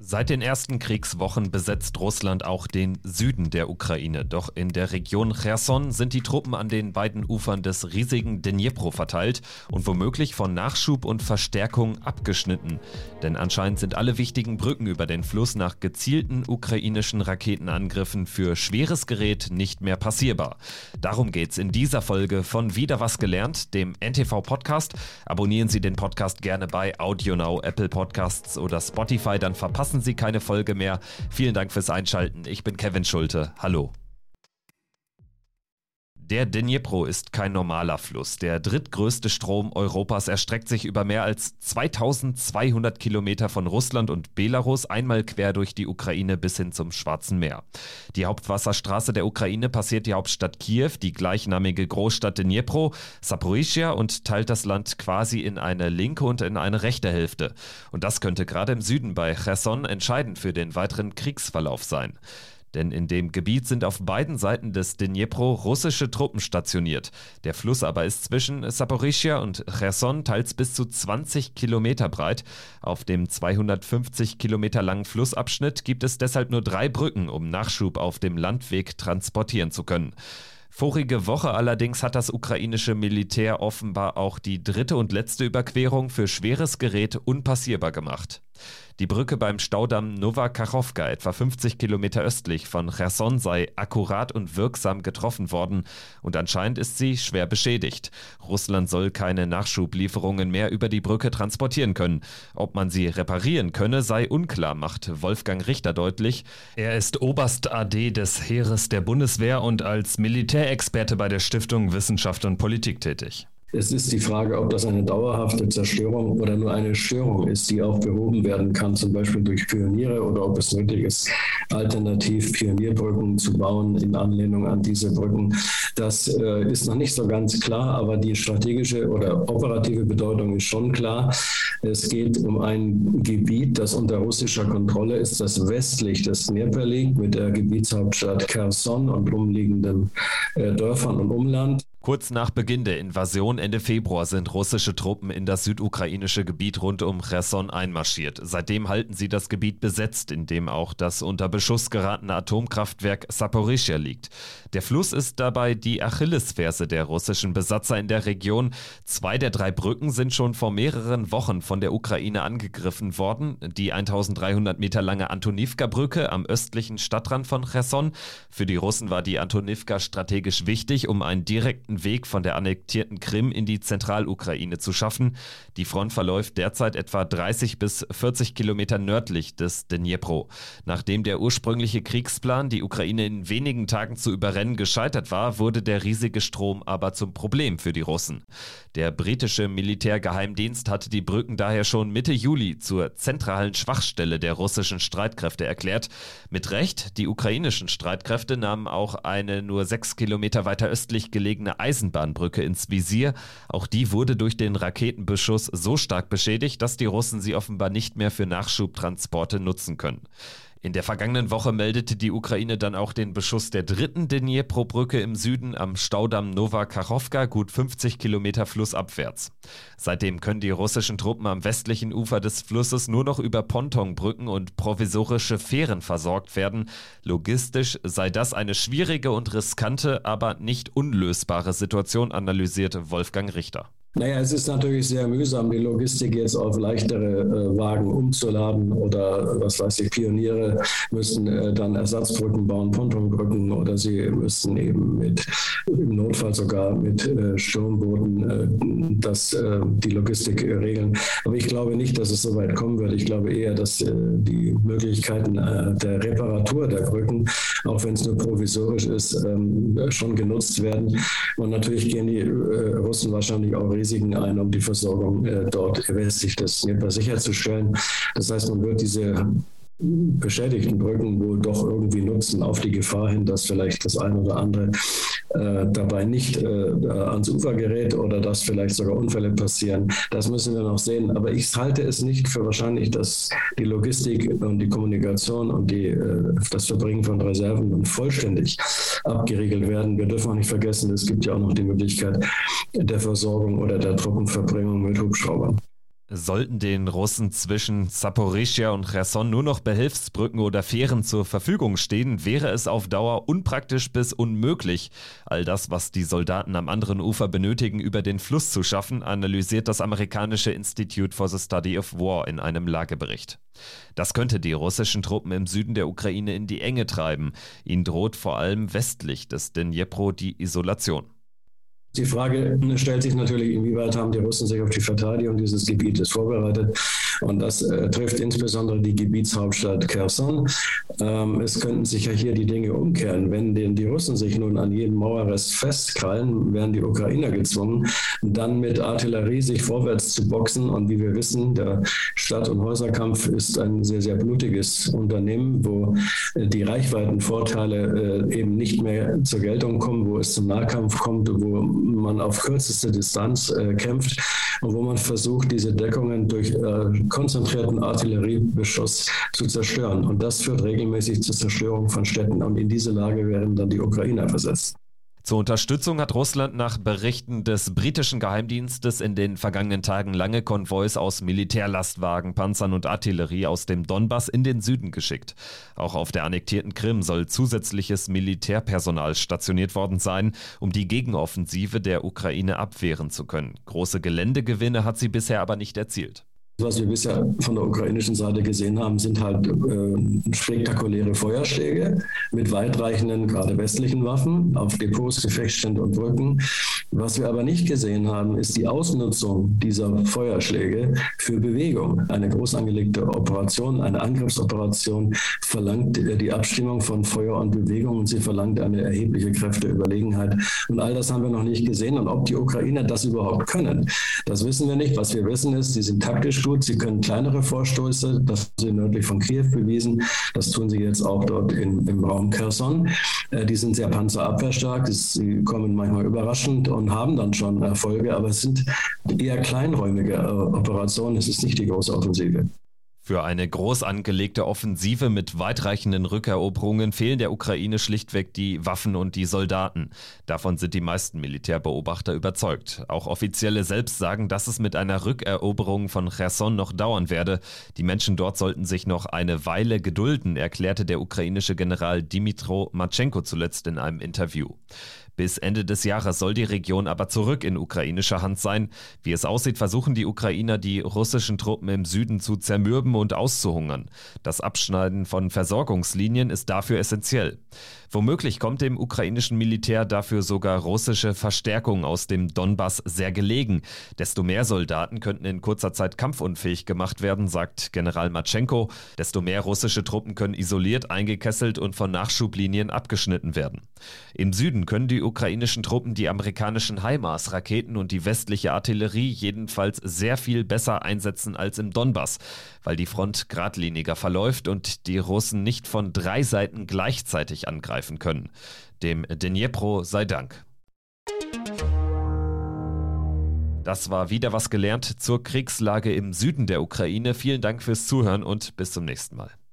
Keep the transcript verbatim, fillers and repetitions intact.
Seit den ersten Kriegswochen besetzt Russland auch den Süden der Ukraine. Doch in der Region Cherson sind die Truppen an den beiden Ufern des riesigen Dnjepr verteilt und womöglich von Nachschub und Verstärkung abgeschnitten. Denn anscheinend sind alle wichtigen Brücken über den Fluss nach gezielten ukrainischen Raketenangriffen für schweres Gerät nicht mehr passierbar. Darum geht's in dieser Folge von Wieder was gelernt, dem N T V-Podcast. Abonnieren Sie den Podcast gerne bei AudioNow, Apple Podcasts oder Spotify, dann verpassen Sie keine Folge mehr. Vielen Dank fürs Einschalten. Ich bin Kevin Schulte. Hallo. Der Dnjepr ist kein normaler Fluss. Der drittgrößte Strom Europas erstreckt sich über mehr als zweitausendzweihundert Kilometer von Russland und Belarus einmal quer durch die Ukraine bis hin zum Schwarzen Meer. Die Hauptwasserstraße der Ukraine passiert die Hauptstadt Kiew, die gleichnamige Großstadt Dnjepr, Saporischschja und teilt das Land quasi in eine linke und in eine rechte Hälfte. Und das könnte gerade im Süden bei Cherson entscheidend für den weiteren Kriegsverlauf sein. Denn in dem Gebiet sind auf beiden Seiten des Dnjepr russische Truppen stationiert. Der Fluss aber ist zwischen Saporischschja und Cherson teils bis zu zwanzig Kilometer breit. Auf dem zweihundertfünfzig Kilometer langen Flussabschnitt gibt es deshalb nur drei Brücken, um Nachschub auf dem Landweg transportieren zu können. Vorige Woche allerdings hat das ukrainische Militär offenbar auch die dritte und letzte Überquerung für schweres Gerät unpassierbar gemacht. Die Brücke beim Staudamm Nowa Kachowka, etwa fünfzig Kilometer östlich von Cherson, sei akkurat und wirksam getroffen worden und anscheinend ist sie schwer beschädigt. Russland soll keine Nachschublieferungen mehr über die Brücke transportieren können. Ob man sie reparieren könne, sei unklar, macht Wolfgang Richter deutlich. Er ist Oberst A D des Heeres der Bundeswehr und als Militärexperte bei der Stiftung Wissenschaft und Politik tätig. Es ist die Frage, ob das eine dauerhafte Zerstörung oder nur eine Störung ist, die auch behoben werden kann, zum Beispiel durch Pioniere, oder ob es nötig ist, alternativ Pionierbrücken zu bauen in Anlehnung an diese Brücken. Das äh, ist noch nicht so ganz klar, aber die strategische oder operative Bedeutung ist schon klar. Es geht um ein Gebiet, das unter russischer Kontrolle ist, das westlich des Dnjepr liegt, mit der Gebietshauptstadt Cherson und umliegenden äh, Dörfern und Umland. Kurz nach Beginn der Invasion Ende Februar sind russische Truppen in das südukrainische Gebiet rund um Cherson einmarschiert. Seitdem halten sie das Gebiet besetzt, in dem auch das unter Beschuss geratene Atomkraftwerk Saporischschja liegt. Der Fluss ist dabei die Achillesferse der russischen Besatzer in der Region. Zwei der drei Brücken sind schon vor mehreren Wochen von der Ukraine angegriffen worden. Die eintausenddreihundert Meter lange Antonivka-Brücke am östlichen Stadtrand von Cherson. Für die Russen war die Antonivka strategisch wichtig, um einen direkten Weg von der annektierten Krim in die Zentralukraine zu schaffen. Die Front verläuft derzeit etwa dreißig bis vierzig Kilometer nördlich des Dnjepr. Nachdem der ursprüngliche Kriegsplan, die Ukraine in wenigen Tagen zu überrennen, gescheitert war, wurde der riesige Strom aber zum Problem für die Russen. Der britische Militärgeheimdienst hatte die Brücken daher schon Mitte Juli zur zentralen Schwachstelle der russischen Streitkräfte erklärt. Mit Recht, die ukrainischen Streitkräfte nahmen auch eine nur sechs Kilometer weiter östlich gelegene Eisenbahnbrücke ins Visier. Auch die wurde durch den Raketenbeschuss so stark beschädigt, dass die Russen sie offenbar nicht mehr für Nachschubtransporte nutzen können. In der vergangenen Woche meldete die Ukraine dann auch den Beschuss der dritten Dnjepr-Brücke im Süden am Staudamm Nowa Kachowka, gut fünfzig Kilometer flussabwärts. Seitdem können die russischen Truppen am westlichen Ufer des Flusses nur noch über Pontonbrücken und provisorische Fähren versorgt werden. Logistisch sei das eine schwierige und riskante, aber nicht unlösbare Situation, analysiert Wolfgang Richter. Naja, es ist natürlich sehr mühsam, die Logistik jetzt auf leichtere äh, Wagen umzuladen oder, was weiß ich, Pioniere müssen äh, dann Ersatzbrücken bauen, Pontonbrücken, oder sie müssen eben mit, im Notfall sogar mit äh, Sturmbooten äh, das, äh, die Logistik äh, regeln. Aber ich glaube nicht, dass es so weit kommen wird. Ich glaube eher, dass äh, die Möglichkeiten äh, der Reparatur der Brücken, auch wenn es nur provisorisch ist, ähm, schon genutzt werden. Und natürlich gehen die äh, Russen wahrscheinlich auch Risiken ein, um die Versorgung äh, dort westlich des Dnjepr sicherzustellen. Das heißt, man wird diese beschädigten Brücken wohl doch irgendwie nutzen, auf die Gefahr hin, dass vielleicht das eine oder andere äh, dabei nicht äh, ans Ufer gerät oder dass vielleicht sogar Unfälle passieren. Das müssen wir noch sehen. Aber ich halte es nicht für wahrscheinlich, dass die Logistik und die Kommunikation und die, äh, das Verbringen von Reserven und vollständig abgeriegelt werden. Wir dürfen auch nicht vergessen, es gibt ja auch noch die Möglichkeit der Versorgung oder der Truppenverbringung mit Hubschraubern. Sollten den Russen zwischen Saporischschja und Cherson nur noch Behelfsbrücken oder Fähren zur Verfügung stehen, wäre es auf Dauer unpraktisch bis unmöglich, all das, was die Soldaten am anderen Ufer benötigen, über den Fluss zu schaffen, analysiert das amerikanische Institute for the Study of War in einem Lagebericht. Das könnte die russischen Truppen im Süden der Ukraine in die Enge treiben. Ihnen droht vor allem westlich des Dnjepr die Isolation. Die Frage stellt sich natürlich, inwieweit haben die Russen sich auf die Verteidigung dieses Gebietes vorbereitet. Und das äh, trifft insbesondere die Gebietshauptstadt Cherson. Ähm, es könnten sich ja hier die Dinge umkehren. Wenn den, die Russen sich nun an jedem Mauerrest festkrallen, werden die Ukrainer gezwungen, dann mit Artillerie sich vorwärts zu boxen. Und wie wir wissen, der Stadt- und Häuserkampf ist ein sehr, sehr blutiges Unternehmen, wo äh, die Reichweitenvorteile äh, eben nicht mehr zur Geltung kommen, wo es zum Nahkampf kommt, wo man auf kürzeste Distanz äh, kämpft und wo man versucht, diese Deckungen durch äh, konzentrierten Artilleriebeschuss zu zerstören. Und das führt regelmäßig zur Zerstörung von Städten. Und in diese Lage werden dann die Ukrainer versetzt. Zur Unterstützung hat Russland nach Berichten des britischen Geheimdienstes in den vergangenen Tagen lange Konvois aus Militärlastwagen, Panzern und Artillerie aus dem Donbass in den Süden geschickt. Auch auf der annektierten Krim soll zusätzliches Militärpersonal stationiert worden sein, um die Gegenoffensive der Ukraine abwehren zu können. Große Geländegewinne hat sie bisher aber nicht erzielt. Was wir bisher von der ukrainischen Seite gesehen haben, sind halt äh, spektakuläre Feuerschläge mit weitreichenden, gerade westlichen Waffen auf Depots, Gefechtsstände und Brücken. Was wir aber nicht gesehen haben, ist die Ausnutzung dieser Feuerschläge für Bewegung. Eine groß angelegte Operation, eine Angriffsoperation verlangt die Abstimmung von Feuer und Bewegung und sie verlangt eine erhebliche Kräfteüberlegenheit. Und all das haben wir noch nicht gesehen. Und ob die Ukrainer das überhaupt können, das wissen wir nicht. Was wir wissen ist, sie sind taktisch gut. Sie können kleinere Vorstöße, das haben sie nördlich von Kiew bewiesen. Das tun sie jetzt auch dort in, im Raum Cherson. Äh, die sind sehr panzerabwehrstark. Sie kommen manchmal überraschend und haben dann schon Erfolge, aber es sind eher kleinräumige äh, Operationen. Es ist nicht die große Offensive. Für eine groß angelegte Offensive mit weitreichenden Rückeroberungen fehlen der Ukraine schlichtweg die Waffen und die Soldaten. Davon sind die meisten Militärbeobachter überzeugt. Auch Offizielle selbst sagen, dass es mit einer Rückeroberung von Cherson noch dauern werde. Die Menschen dort sollten sich noch eine Weile gedulden, erklärte der ukrainische General Dmytro Matschenko zuletzt in einem Interview. Bis Ende des Jahres soll die Region aber zurück in ukrainischer Hand sein. Wie es aussieht, versuchen die Ukrainer, die russischen Truppen im Süden zu zermürben und auszuhungern. Das Abschneiden von Versorgungslinien ist dafür essentiell. Womöglich kommt dem ukrainischen Militär dafür sogar russische Verstärkung aus dem Donbass sehr gelegen. Desto mehr Soldaten könnten in kurzer Zeit kampfunfähig gemacht werden, sagt General Matschenko. Desto mehr russische Truppen können isoliert, eingekesselt und von Nachschublinien abgeschnitten werden. Im Süden können die ukrainischen Truppen die amerikanischen HIMARS-Raketen und die westliche Artillerie jedenfalls sehr viel besser einsetzen als im Donbass, weil die Front geradliniger verläuft und die Russen nicht von drei Seiten gleichzeitig angreifen können. Dem Dnjepr sei Dank. Das war wieder was gelernt zur Kriegslage im Süden der Ukraine. Vielen Dank fürs Zuhören und bis zum nächsten Mal.